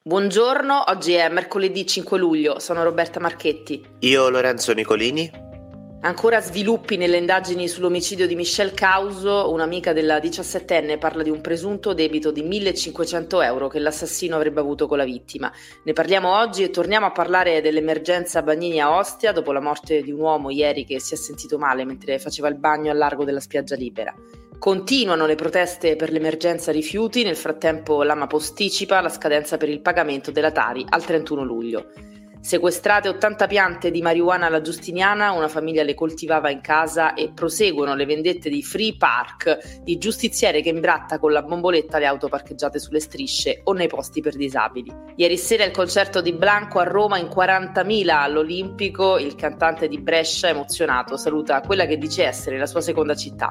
Buongiorno, oggi è mercoledì 5 luglio, sono Roberta Marchetti. Io Lorenzo Nicolini. Ancora sviluppi nelle indagini sull'omicidio di Michelle Causo, un'amica della 17enne parla di un presunto debito di 1.500 euro che l'assassino avrebbe avuto con la vittima. Ne parliamo oggi e torniamo a parlare dell'emergenza Bagnini a Ostia dopo la morte di un uomo ieri che si è sentito male mentre faceva il bagno al largo della spiaggia libera. Continuano le proteste per l'emergenza rifiuti, nel frattempo l'AMA posticipa la scadenza per il pagamento della Tari al 31 luglio. Sequestrate 80 piante di marijuana alla Giustiniana, una famiglia le coltivava in casa e proseguono le vendette di Free Park, di giustiziere che imbratta con la bomboletta le auto parcheggiate sulle strisce o nei posti per disabili. Ieri sera il concerto di Blanco a Roma in 40.000 all'Olimpico, il cantante di Brescia emozionato saluta quella che dice essere la sua seconda città.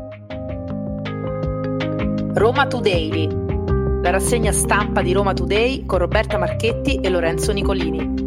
Roma Today, la rassegna stampa di Roma Today con Roberta Marchetti e Lorenzo Nicolini.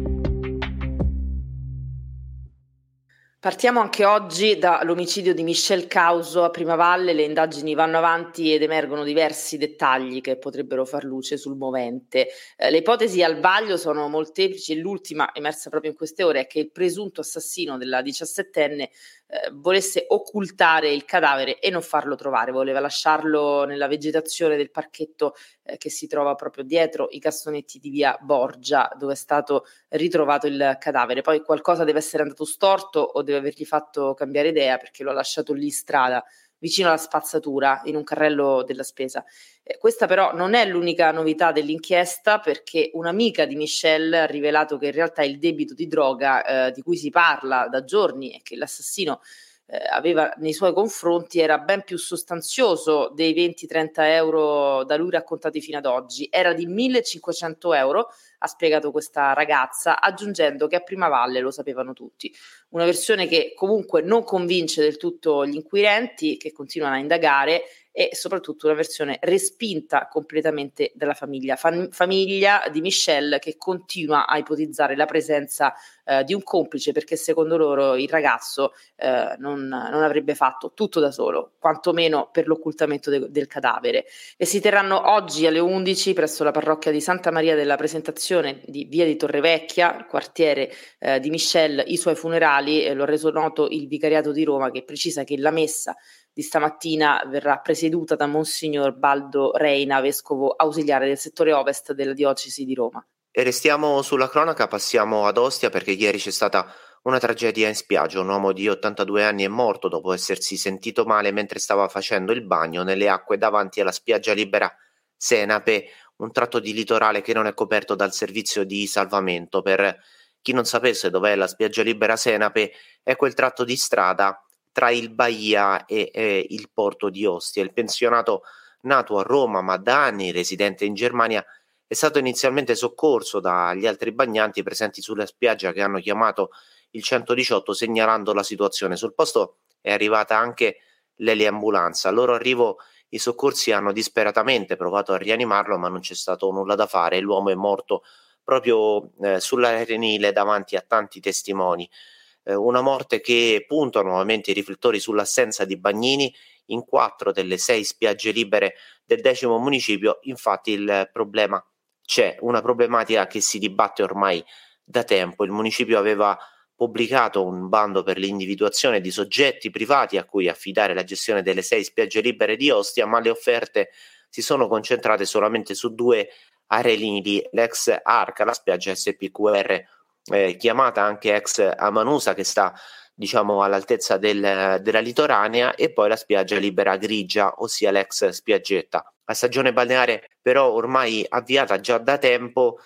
Partiamo anche oggi dall'omicidio di Michelle Causo a Primavalle. Le indagini vanno avanti ed emergono diversi dettagli che potrebbero far luce sul movente. Le ipotesi al vaglio sono molteplici e l'ultima, emersa proprio in queste ore, è che il presunto assassino della 17enne volesse occultare il cadavere e non farlo trovare, voleva lasciarlo nella vegetazione del parchetto che si trova proprio dietro i cassonetti di via Borgia, dove è stato ritrovato il cadavere. Poi qualcosa deve essere andato storto o deve avergli fatto cambiare idea, perché lo ha lasciato lì in strada, vicino alla spazzatura, in un carrello della spesa. Questa però non è l'unica novità dell'inchiesta, perché un'amica di Michelle ha rivelato che in realtà il debito di droga di cui si parla da giorni e che l'assassino aveva nei suoi confronti era ben più sostanzioso dei 20-30 euro da lui raccontati fino ad oggi. Era di 1.500 euro, ha spiegato questa ragazza, aggiungendo che a Primavalle lo sapevano tutti. Una versione che comunque non convince del tutto gli inquirenti, che continuano a indagare, e soprattutto una versione respinta completamente dalla famiglia. Famiglia di Michelle che continua a ipotizzare la presenza di un complice, perché secondo loro il ragazzo non avrebbe fatto tutto da solo, quantomeno per l'occultamento del cadavere. E si terranno oggi alle 11 presso la parrocchia di Santa Maria della Presentazione di Via di Torrevecchia, il quartiere di Michelle, i suoi funerali. Lo ha reso noto il Vicariato di Roma, che precisa che la messa di stamattina verrà presieduta da Monsignor Baldo Reina, vescovo ausiliare del settore ovest della diocesi di Roma. E restiamo sulla cronaca, passiamo ad Ostia perché ieri c'è stata una tragedia in spiaggia. Un uomo di 82 anni è morto dopo essersi sentito male mentre stava facendo il bagno nelle acque davanti alla spiaggia libera Senape, un tratto di litorale che non è coperto dal servizio di salvamento. Per chi non sapesse dov'è la spiaggia libera Senape, è quel tratto di strada tra il Bahia e il porto di Ostia. Il pensionato, nato a Roma ma da anni residente in Germania, è stato inizialmente soccorso dagli altri bagnanti presenti sulla spiaggia, che hanno chiamato il 118 segnalando la situazione. Sul posto è arrivata anche l'eliambulanza. Al loro arrivo i soccorsi hanno disperatamente provato a rianimarlo, ma non c'è stato nulla da fare. L'uomo è morto proprio sull'arenile davanti a tanti testimoni. Una morte che punta nuovamente i riflettori sull'assenza di bagnini in 4 delle 6 spiagge libere del 10° municipio. Infatti il problema c'è, una problematica che si dibatte ormai da tempo. Il municipio aveva pubblicato un bando per l'individuazione di soggetti privati a cui affidare la gestione delle 6 spiagge libere di Ostia, ma le offerte si sono concentrate solamente su 2 arenili, l'ex Arca, la spiaggia SPQR, chiamata anche ex Amanusa, che sta diciamo all'altezza della litoranea, e poi la spiaggia libera Grigia, ossia l'ex spiaggetta. La stagione balneare però ormai avviata già da tempo,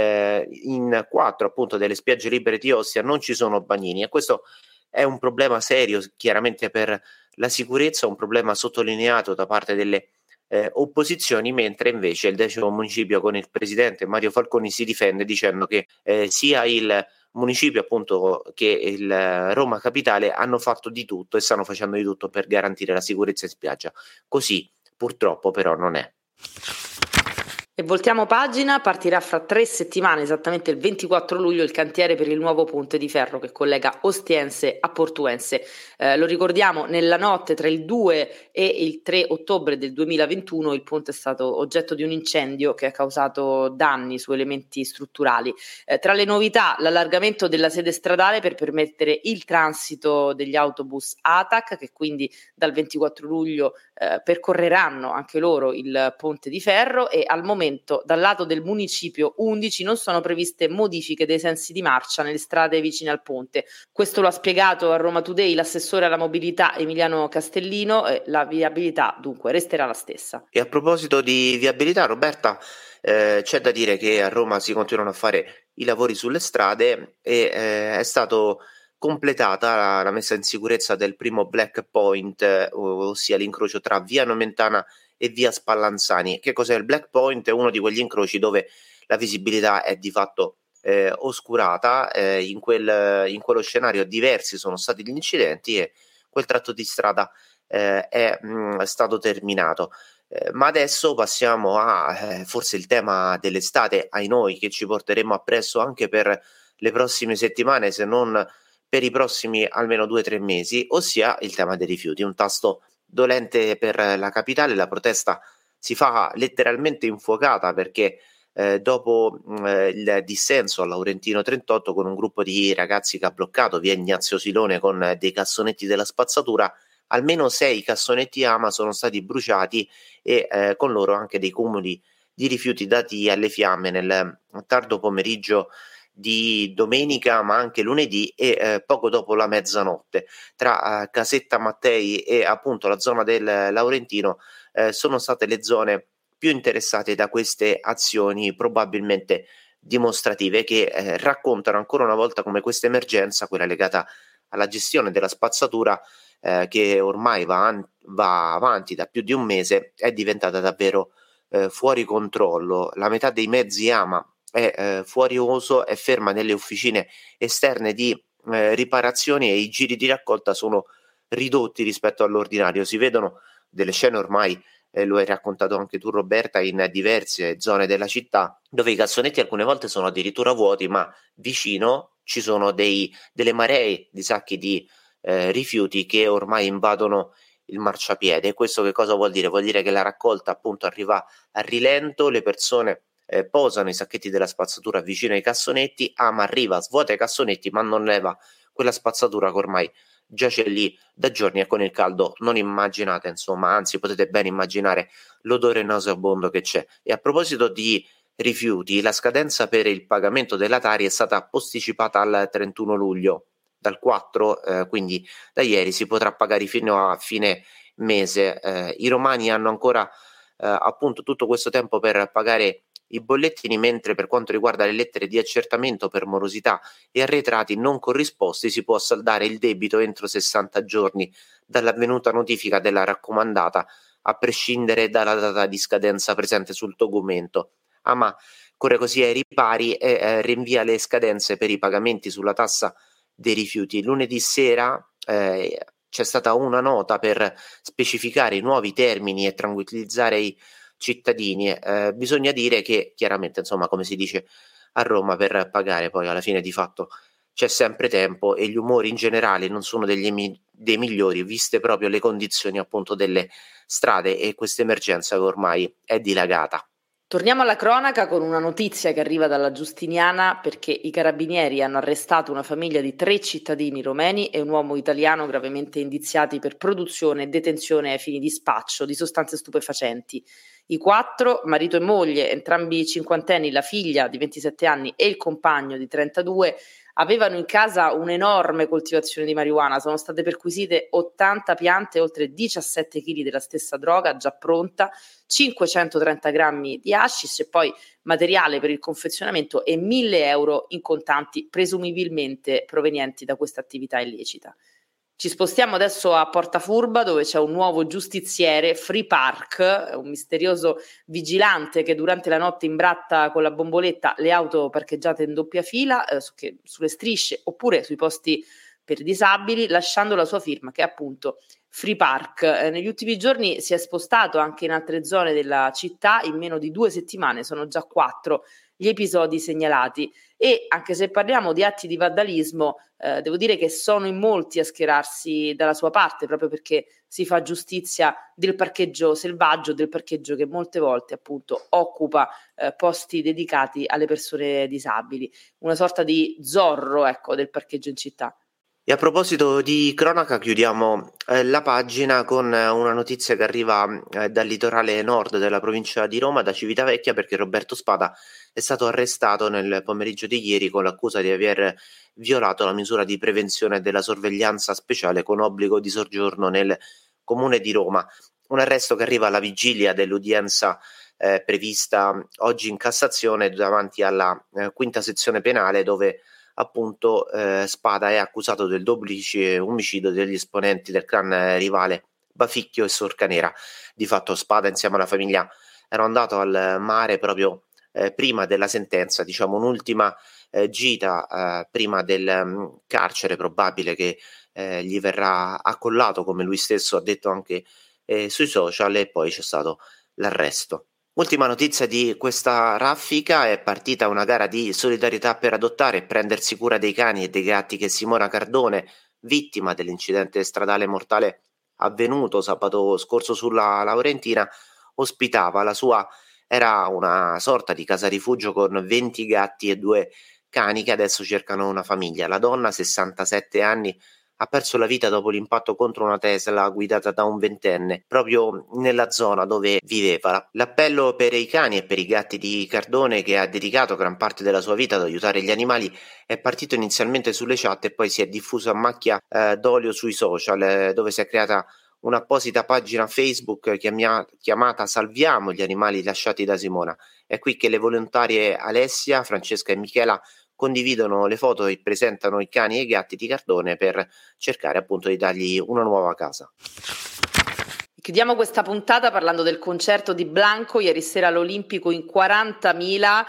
in 4 appunto delle spiagge libere di Ostia non ci sono bagnini, e questo è un problema serio chiaramente per la sicurezza, un problema sottolineato da parte delle opposizioni, mentre invece il 10° municipio con il presidente Mario Falconi si difende dicendo che sia il municipio appunto che il Roma Capitale hanno fatto di tutto e stanno facendo di tutto per garantire la sicurezza in spiaggia. Così purtroppo però non è. E voltiamo pagina, partirà fra 3 settimane, esattamente il 24 luglio, il cantiere per il nuovo ponte di ferro che collega Ostiense a Portuense. Lo ricordiamo, nella notte tra il 2 e il 3 ottobre del 2021 il ponte è stato oggetto di un incendio che ha causato danni su elementi strutturali. Tra le novità, l'allargamento della sede stradale per permettere il transito degli autobus ATAC, che quindi dal 24 luglio percorreranno anche loro il ponte di ferro, e al momento dal lato del municipio 11 non sono previste modifiche dei sensi di marcia nelle strade vicine al ponte. Questo lo ha spiegato a Roma Today l'assessore alla mobilità Emiliano Castellino, la viabilità dunque resterà la stessa. E a proposito di viabilità, Roberta, c'è da dire che a Roma si continuano a fare i lavori sulle strade e è stato completata la messa in sicurezza del primo Black Point, ossia l'incrocio tra via Nomentana e via Spallanzani. Che cos'è il Black Point? È uno di quegli incroci dove la visibilità è di fatto oscurata. In quello scenario diversi sono stati gli incidenti e quel tratto di strada è stato terminato. Ma adesso passiamo a forse il tema dell'estate, ai noi, che ci porteremo appresso anche per le prossime settimane, se non per i prossimi almeno 2-3 mesi, ossia il tema dei rifiuti, un tasto dolente per la capitale. La protesta si fa letteralmente infuocata perché dopo il dissenso a Laurentino 38 con un gruppo di ragazzi che ha bloccato via Ignazio Silone con dei cassonetti della spazzatura, almeno 6 cassonetti AMA sono stati bruciati e con loro anche dei cumuli di rifiuti dati alle fiamme nel tardo pomeriggio di domenica, ma anche lunedì e poco dopo la mezzanotte. Tra Casetta Mattei e appunto la zona del Laurentino sono state le zone più interessate da queste azioni probabilmente dimostrative che raccontano ancora una volta come questa emergenza, quella legata alla gestione della spazzatura, che ormai va avanti da più di un mese, è diventata davvero fuori controllo. La metà dei mezzi AMA è fuori uso, è ferma nelle officine esterne di riparazioni e i giri di raccolta sono ridotti rispetto all'ordinario. Si vedono delle scene ormai, lo hai raccontato anche tu Roberta, in diverse zone della città dove i cassonetti alcune volte sono addirittura vuoti, ma vicino ci sono delle maree di sacchi di rifiuti che ormai invadono il marciapiede. Questo che cosa vuol dire? Vuol dire che la raccolta appunto arriva a rilento, le persone posano i sacchetti della spazzatura vicino ai cassonetti, AMA arriva, svuota i cassonetti ma non leva quella spazzatura che ormai giace lì da giorni e con il caldo non immaginate, insomma, anzi potete ben immaginare l'odore nauseabondo che c'è. E a proposito di rifiuti, la scadenza per il pagamento della Tari è stata posticipata al 31 luglio, dal 4, quindi da ieri si potrà pagare fino a fine mese. I romani hanno ancora appunto tutto questo tempo per pagare i bollettini, mentre per quanto riguarda le lettere di accertamento per morosità e arretrati non corrisposti si può saldare il debito entro 60 giorni dall'avvenuta notifica della raccomandata, a prescindere dalla data di scadenza presente sul documento. Ma corre così ai ripari e rinvia le scadenze per i pagamenti sulla tassa dei rifiuti. Lunedì sera c'è stata una nota per specificare i nuovi termini e tranquillizzare i cittadini. Bisogna dire che chiaramente, insomma, come si dice a Roma, per pagare poi alla fine di fatto c'è sempre tempo e gli umori in generale non sono dei migliori, viste proprio le condizioni appunto delle strade e questa emergenza che ormai è dilagata. Torniamo alla cronaca con una notizia che arriva dalla Giustiniana, perché i carabinieri hanno arrestato una famiglia di 3 cittadini romeni e un uomo italiano gravemente indiziati per produzione e detenzione ai fini di spaccio di sostanze stupefacenti. I 4, marito e moglie, entrambi cinquantenni, la figlia di 27 anni e il compagno di 32, avevano in casa un'enorme coltivazione di marijuana. Sono state perquisite 80 piante e oltre 17 kg della stessa droga già pronta, 530 grammi di hashish e poi materiale per il confezionamento e 1.000 euro in contanti presumibilmente provenienti da questa attività illecita. Ci spostiamo adesso a Portafurba, dove c'è un nuovo giustiziere, Free Park, un misterioso vigilante che durante la notte imbratta con la bomboletta le auto parcheggiate in doppia fila, sulle strisce oppure sui posti per disabili, lasciando la sua firma, che è appunto Free Park. Negli ultimi giorni si è spostato anche in altre zone della città, in meno di 2 settimane sono già 4 gli episodi segnalati e anche se parliamo di atti di vandalismo, devo dire che sono in molti a schierarsi dalla sua parte, proprio perché si fa giustizia del parcheggio selvaggio, del parcheggio che molte volte appunto occupa posti dedicati alle persone disabili, una sorta di Zorro, ecco, del parcheggio in città. E a proposito di cronaca, chiudiamo la pagina con una notizia che arriva dal litorale nord della provincia di Roma, da Civitavecchia, perché Roberto Spada è stato arrestato nel pomeriggio di ieri con l'accusa di aver violato la misura di prevenzione della sorveglianza speciale con obbligo di soggiorno nel comune di Roma. Un arresto che arriva alla vigilia dell'udienza prevista oggi in Cassazione davanti alla quinta sezione penale, dove appunto Spada è accusato del duplice omicidio degli esponenti del clan rivale Baficchio e Sorcanera. Di fatto Spada insieme alla famiglia era andato al mare proprio prima della sentenza, diciamo un'ultima gita prima del carcere probabile che gli verrà accollato, come lui stesso ha detto anche sui social, e poi c'è stato l'arresto. Ultima notizia di questa raffica: è partita una gara di solidarietà per adottare e prendersi cura dei cani e dei gatti che Simona Cardone, vittima dell'incidente stradale mortale avvenuto sabato scorso sulla Laurentina, ospitava. La sua era una sorta di casa rifugio con 20 gatti e 2 cani che adesso cercano una famiglia. La donna, 67 anni, ha perso la vita dopo l'impatto contro una Tesla guidata da un ventenne, proprio nella zona dove viveva. L'appello per i cani e per i gatti di Cardone, che ha dedicato gran parte della sua vita ad aiutare gli animali, è partito inizialmente sulle chat e poi si è diffuso a macchia d'olio sui social, dove si è creata un'apposita pagina Facebook chiamata Salviamo gli animali lasciati da Simona. È qui che le volontarie Alessia, Francesca e Michela condividono le foto e presentano i cani e i gatti di Cardone per cercare appunto di dargli una nuova casa. Chiudiamo questa puntata parlando del concerto di Blanco ieri sera all'Olimpico in 40.000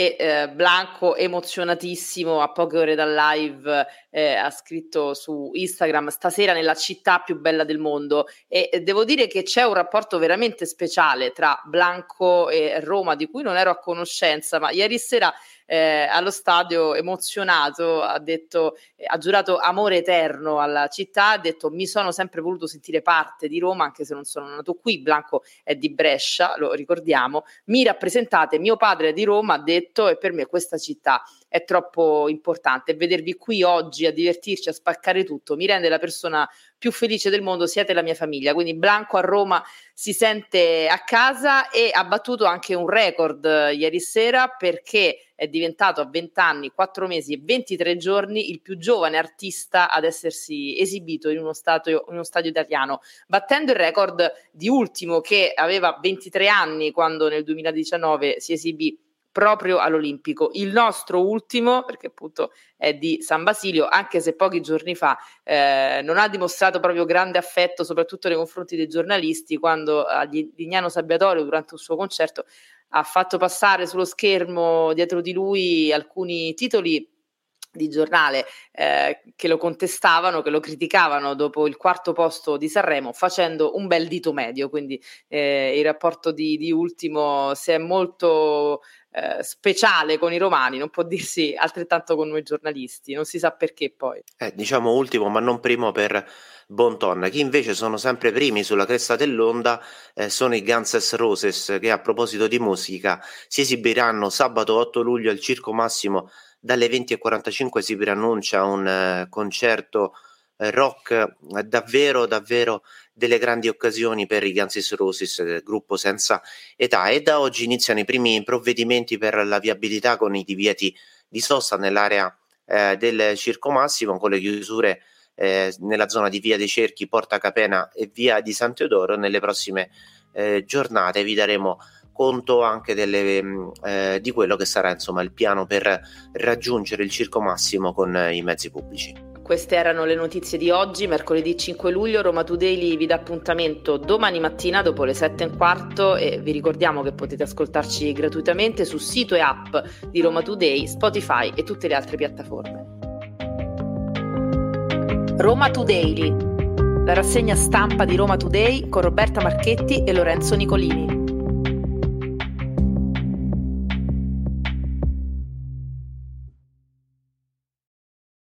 e Blanco emozionatissimo a poche ore dal live ha scritto su Instagram: stasera nella città più bella del mondo, e devo dire che c'è un rapporto veramente speciale tra Blanco e Roma di cui non ero a conoscenza, ma ieri sera allo stadio emozionato ha detto, ha giurato amore eterno alla città, ha detto mi sono sempre voluto sentire parte di Roma anche se non sono nato qui. Blanco è di Brescia, lo ricordiamo, mi rappresentate, mio padre è di Roma, ha detto, e per me questa città è troppo importante, vedervi qui oggi a divertirci, a spaccare tutto mi rende la persona più felice del mondo, siete la mia famiglia. Quindi Blanco a Roma si sente a casa e ha battuto anche un record ieri sera, perché è diventato a 20 anni, 4 mesi e 23 giorni il più giovane artista ad essersi esibito in uno stadio italiano, battendo il record di Ultimo, che aveva 23 anni quando nel 2019 si esibì proprio all'Olimpico. Il nostro Ultimo, perché appunto è di San Basilio, anche se pochi giorni fa non ha dimostrato proprio grande affetto, soprattutto nei confronti dei giornalisti, quando a Lignano Sabbiatorio durante un suo concerto ha fatto passare sullo schermo dietro di lui alcuni titoli di giornale che lo contestavano, che lo criticavano dopo il 4° posto di Sanremo, facendo un bel dito medio. Quindi il rapporto di Ultimo, se è molto speciale con i romani, non può dirsi altrettanto con noi giornalisti, non si sa perché poi. Diciamo ultimo ma non primo per Bonton. Chi invece sono sempre primi sulla cresta dell'onda sono i Guns N' Roses, che a proposito di musica si esibiranno sabato 8 luglio al Circo Massimo dalle 20:45. Si preannuncia un concerto rock davvero delle grandi occasioni per i Guns N' Roses, gruppo senza età, e da oggi iniziano i primi provvedimenti per la viabilità con i divieti di sosta nell'area del Circo Massimo, con le chiusure nella zona di Via dei Cerchi, Porta Capena e Via di San Teodoro. Nelle prossime giornate vi daremo conto anche di quello che sarà insomma il piano per raggiungere il Circo Massimo con i mezzi pubblici. Queste erano le notizie di oggi, mercoledì 5 luglio. Roma Today vi dà appuntamento domani mattina dopo le 7:15 e vi ricordiamo che potete ascoltarci gratuitamente su sito e app di Roma Today, Spotify e tutte le altre piattaforme. Roma Today, la rassegna stampa di Roma Today con Roberta Marchetti e Lorenzo Nicolini.